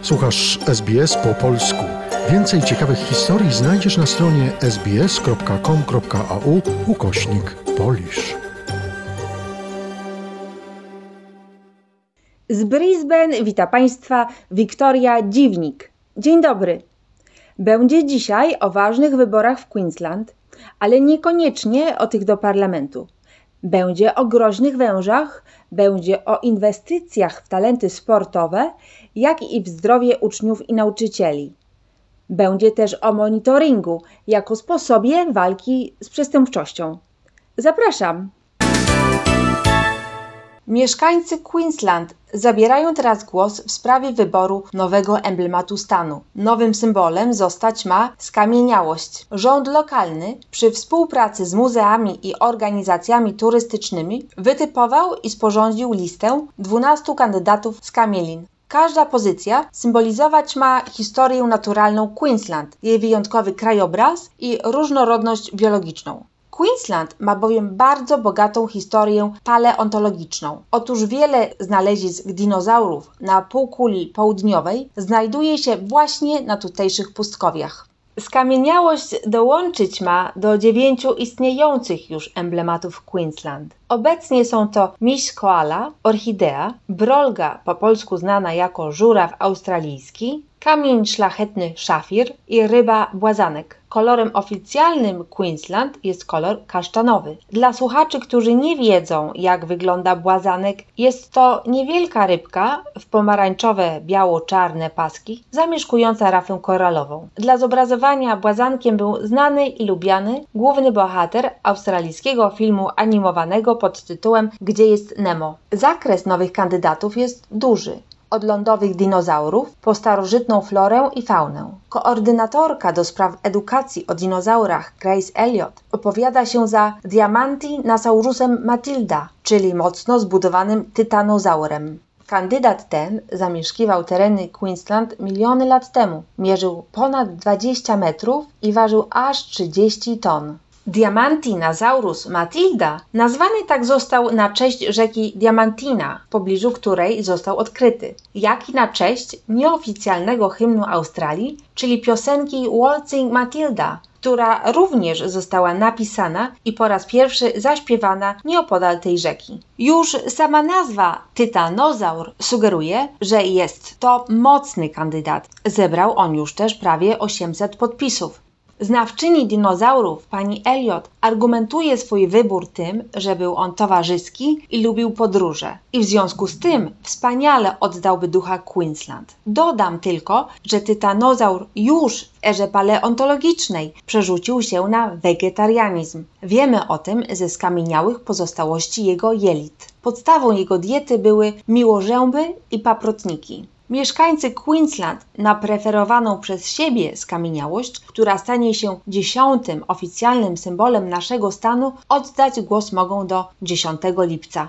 Słuchasz SBS po polsku. Więcej ciekawych historii znajdziesz na stronie sbs.com.au/Polish. Z Brisbane wita Państwa Wiktoria Dziwnik. Dzień dobry. Będzie dzisiaj o ważnych wyborach w Queensland, ale niekoniecznie o tych do parlamentu. Będzie o groźnych wężach, będzie o inwestycjach w talenty sportowe, jak i w zdrowie uczniów i nauczycieli. Będzie też o monitoringu jako sposobie walki z przestępczością. Zapraszam! Mieszkańcy Queensland zabierają teraz głos w sprawie wyboru nowego emblematu stanu. Nowym symbolem zostać ma skamieniałość. Rząd lokalny przy współpracy z muzeami i organizacjami turystycznymi wytypował i sporządził listę 12 kandydatów z kamielin. Każda pozycja symbolizować ma historię naturalną Queensland, jej wyjątkowy krajobraz i różnorodność biologiczną. Queensland ma bowiem bardzo bogatą historię paleontologiczną. Otóż wiele znalezisk dinozaurów na półkuli południowej znajduje się właśnie na tutejszych pustkowiach. Skamieniałość dołączyć ma do 9 istniejących już emblematów Queensland. Obecnie są to miś koala, orchidea, brolga, po polsku znana jako żuraw australijski, kamień szlachetny szafir i ryba błazanek. Kolorem oficjalnym Queensland jest kolor kasztanowy. Dla słuchaczy, którzy nie wiedzą, jak wygląda błazanek, jest to niewielka rybka w pomarańczowe, biało-czarne paski, zamieszkująca rafę koralową. Dla zobrazowania błazankiem był znany i lubiany główny bohater australijskiego filmu animowanego pod tytułem Gdzie jest Nemo? Zakres nowych kandydatów jest duży. Od lądowych dinozaurów po starożytną florę i faunę. Koordynatorka do spraw edukacji o dinozaurach Grace Elliott opowiada się za Diamantinosaurusem Matilda, czyli mocno zbudowanym tytanozaurem. Kandydat ten zamieszkiwał tereny Queensland miliony lat temu. Mierzył ponad 20 metrów i ważył aż 30 ton. Diamantinosaurus Matilda nazwany tak został na cześć rzeki Diamantina, w pobliżu której został odkryty, jak i na cześć nieoficjalnego hymnu Australii, czyli piosenki Waltzing Matilda, która również została napisana i po raz pierwszy zaśpiewana nieopodal tej rzeki. Już sama nazwa tytanozaur sugeruje, że jest to mocny kandydat. Zebrał on już też prawie 800 podpisów. Znawczyni dinozaurów, pani Elliott, argumentuje swój wybór tym, że był on towarzyski i lubił podróże. I w związku z tym wspaniale oddałby ducha Queensland. Dodam tylko, że tytanozaur już w erze paleontologicznej przerzucił się na wegetarianizm. Wiemy o tym ze skamieniałych pozostałości jego jelit. Podstawą jego diety były miłożęby i paprotniki. Mieszkańcy Queensland na preferowaną przez siebie skamieniałość, która stanie się 10. oficjalnym symbolem naszego stanu, oddać głos mogą do 10 lipca.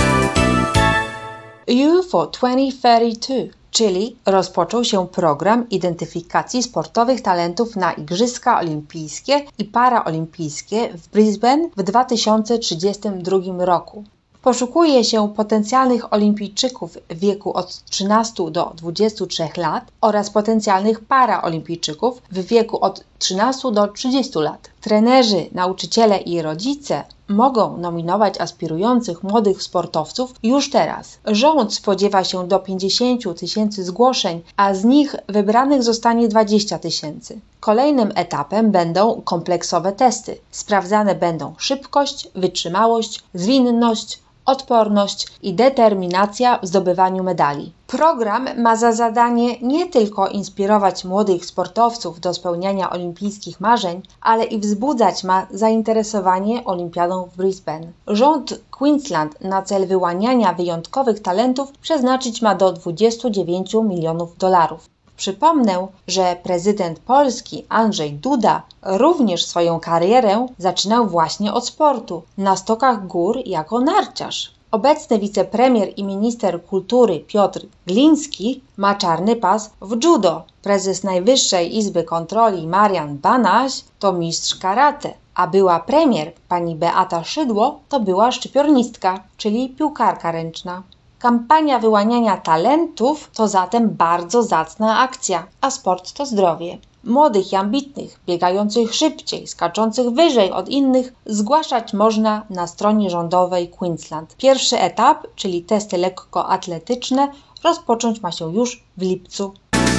UFO 2032, czyli rozpoczął się program identyfikacji sportowych talentów na Igrzyska Olimpijskie i Paraolimpijskie w Brisbane w 2032 roku. Poszukuje się potencjalnych olimpijczyków w wieku od 13 do 23 lat oraz potencjalnych paraolimpijczyków w wieku od 13 do 30 lat. Trenerzy, nauczyciele i rodzice mogą nominować aspirujących młodych sportowców już teraz. Rząd spodziewa się do 50 000 zgłoszeń, a z nich wybranych zostanie 20 000. Kolejnym etapem będą kompleksowe testy. Sprawdzane będą szybkość, wytrzymałość, zwinność, odporność i determinacja w zdobywaniu medali. Program ma za zadanie nie tylko inspirować młodych sportowców do spełniania olimpijskich marzeń, ale i wzbudzać ma zainteresowanie olimpiadą w Brisbane. Rząd Queensland na cel wyłaniania wyjątkowych talentów przeznaczyć ma do 29 milionów dolarów. Przypomnę, że prezydent Polski Andrzej Duda również swoją karierę zaczynał właśnie od sportu, na stokach gór jako narciarz. Obecny wicepremier i minister kultury Piotr Gliński ma czarny pas w judo. Prezes Najwyższej Izby Kontroli Marian Banaś to mistrz karate, a była premier pani Beata Szydło to była szczypiornistka, czyli piłkarka ręczna. Kampania wyłaniania talentów to zatem bardzo zacna akcja, a sport to zdrowie. Młodych i ambitnych, biegających szybciej, skaczących wyżej od innych zgłaszać można na stronie rządowej Queensland. Pierwszy etap, czyli testy lekkoatletyczne, rozpocząć ma się już w lipcu.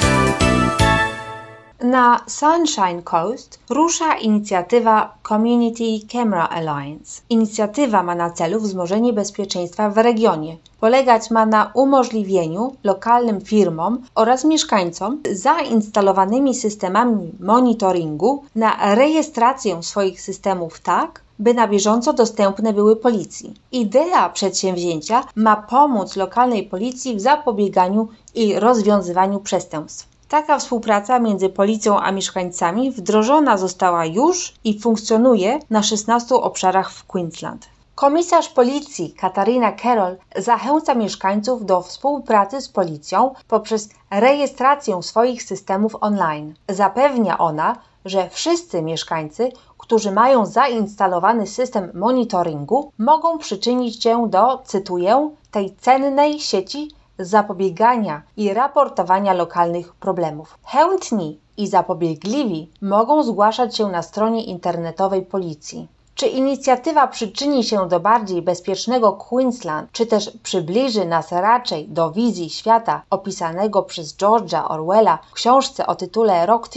Na Sunshine Coast rusza inicjatywa Community Camera Alliance. Inicjatywa ma na celu wzmożenie bezpieczeństwa w regionie. Polegać ma na umożliwieniu lokalnym firmom oraz mieszkańcom z zainstalowanymi systemami monitoringu na rejestrację swoich systemów tak, by na bieżąco dostępne były policji. Idea przedsięwzięcia ma pomóc lokalnej policji w zapobieganiu i rozwiązywaniu przestępstw. Taka współpraca między policją a mieszkańcami wdrożona została już i funkcjonuje na 16 obszarach w Queensland. Komisarz policji Katarina Carroll zachęca mieszkańców do współpracy z policją poprzez rejestrację swoich systemów online. Zapewnia ona, że wszyscy mieszkańcy, którzy mają zainstalowany system monitoringu, mogą przyczynić się do, cytuję, tej cennej sieci zapobiegania i raportowania lokalnych problemów. Chętni i zapobiegliwi mogą zgłaszać się na stronie internetowej policji. Czy inicjatywa przyczyni się do bardziej bezpiecznego Queensland, czy też przybliży nas raczej do wizji świata opisanego przez George'a Orwella w książce o tytule Rok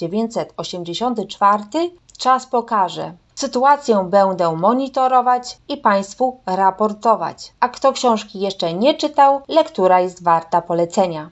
1984? Czas pokaże. Sytuację będę monitorować i Państwu raportować. A kto książki jeszcze nie czytał, lektura jest warta polecenia.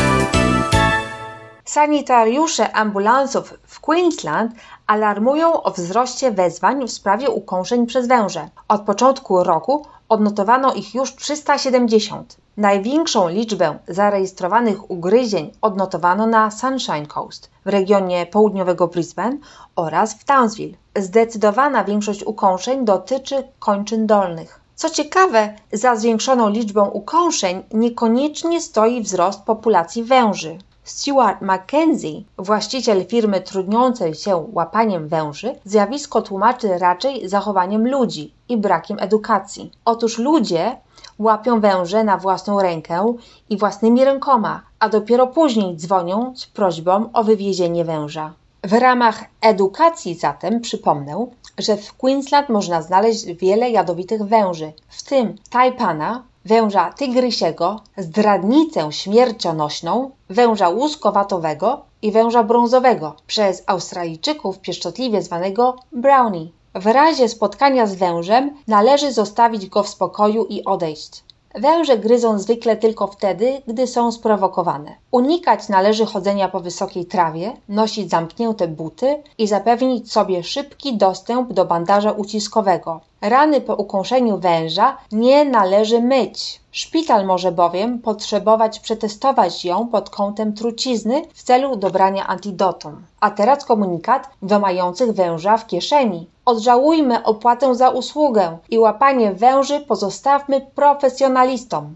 Sanitariusze ambulansów w Queensland alarmują o wzroście wezwań w sprawie ukąszeń przez węże. Od początku roku odnotowano ich już 370. Największą liczbę zarejestrowanych ugryzień odnotowano na Sunshine Coast, w regionie południowego Brisbane oraz w Townsville. Zdecydowana większość ukąszeń dotyczy kończyn dolnych. Co ciekawe, za zwiększoną liczbą ukąszeń niekoniecznie stoi wzrost populacji węży. Stuart Mackenzie, właściciel firmy trudniącej się łapaniem węży, zjawisko tłumaczy raczej zachowaniem ludzi i brakiem edukacji. Otóż ludzie łapią węże na własną rękę i własnymi rękoma, a dopiero później dzwonią z prośbą o wywiezienie węża. W ramach edukacji zatem przypomnę, że w Queensland można znaleźć wiele jadowitych węży, w tym tajpana, węża tygrysiego, zdradnicę śmiercionośną, węża łuskowatowego i węża brązowego, przez Australijczyków pieszczotliwie zwanego brownie. W razie spotkania z wężem należy zostawić go w spokoju i odejść. Węże gryzą zwykle tylko wtedy, gdy są sprowokowane. Unikać należy chodzenia po wysokiej trawie, nosić zamknięte buty i zapewnić sobie szybki dostęp do bandaża uciskowego. Rany po ukąszeniu węża nie należy myć. Szpital może bowiem potrzebować przetestować ją pod kątem trucizny w celu dobrania antidotum. A teraz komunikat do mających węża w kieszeni. Odżałujmy opłatę za usługę i łapanie węży pozostawmy profesjonalistom.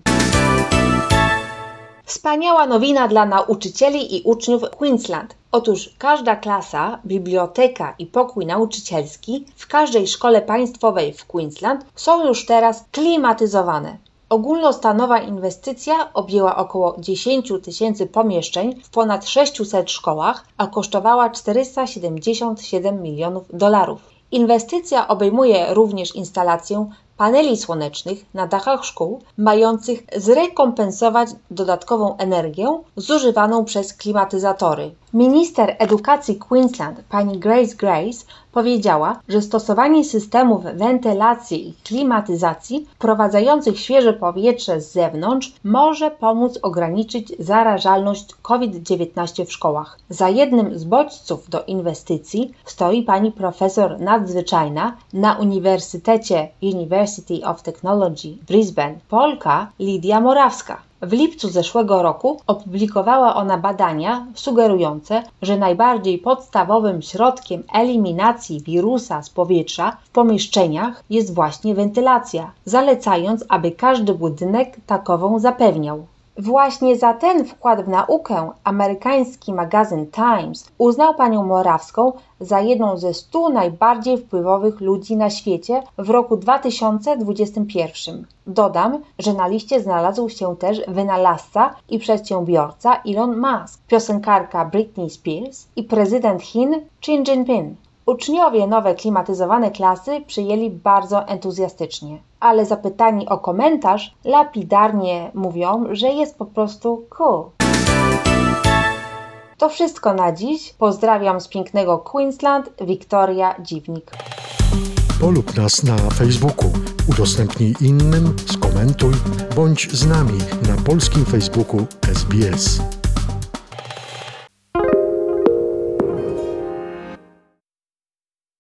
Wspaniała nowina dla nauczycieli i uczniów Queensland. Otóż każda klasa, biblioteka i pokój nauczycielski w każdej szkole państwowej w Queensland są już teraz klimatyzowane. Ogólnostanowa inwestycja objęła około 10 000 pomieszczeń w ponad 600 szkołach, a kosztowała $477 milionów. Inwestycja obejmuje również instalację paneli słonecznych na dachach szkół, mających zrekompensować dodatkową energię zużywaną przez klimatyzatory. Minister edukacji Queensland, pani Grace powiedziała, że stosowanie systemów wentylacji i klimatyzacji wprowadzających świeże powietrze z zewnątrz może pomóc ograniczyć zarażalność COVID-19 w szkołach. Za jednym z bodźców do inwestycji stoi pani profesor nadzwyczajna na Uniwersytecie University of Technology Brisbane, Polka Lidia Morawska. W lipcu zeszłego roku opublikowała ona badania sugerujące, że najbardziej podstawowym środkiem eliminacji wirusa z powietrza w pomieszczeniach jest właśnie wentylacja, zalecając, aby każdy budynek takową zapewniał. Właśnie za ten wkład w naukę amerykański magazyn Times uznał panią Morawską za jedną ze 100 najbardziej wpływowych ludzi na świecie w roku 2021. Dodam, że na liście znalazł się też wynalazca i przedsiębiorca Elon Musk, piosenkarka Britney Spears i prezydent Chin Xi Jinping. Uczniowie nowe klimatyzowane klasy przyjęli bardzo entuzjastycznie, ale zapytani o komentarz lapidarnie mówią, że jest po prostu cool. To wszystko na dziś. Pozdrawiam z pięknego Queensland, Wiktoria Dziwnik. Polub nas na Facebooku, udostępnij innym, skomentuj, bądź z nami na polskim Facebooku SBS.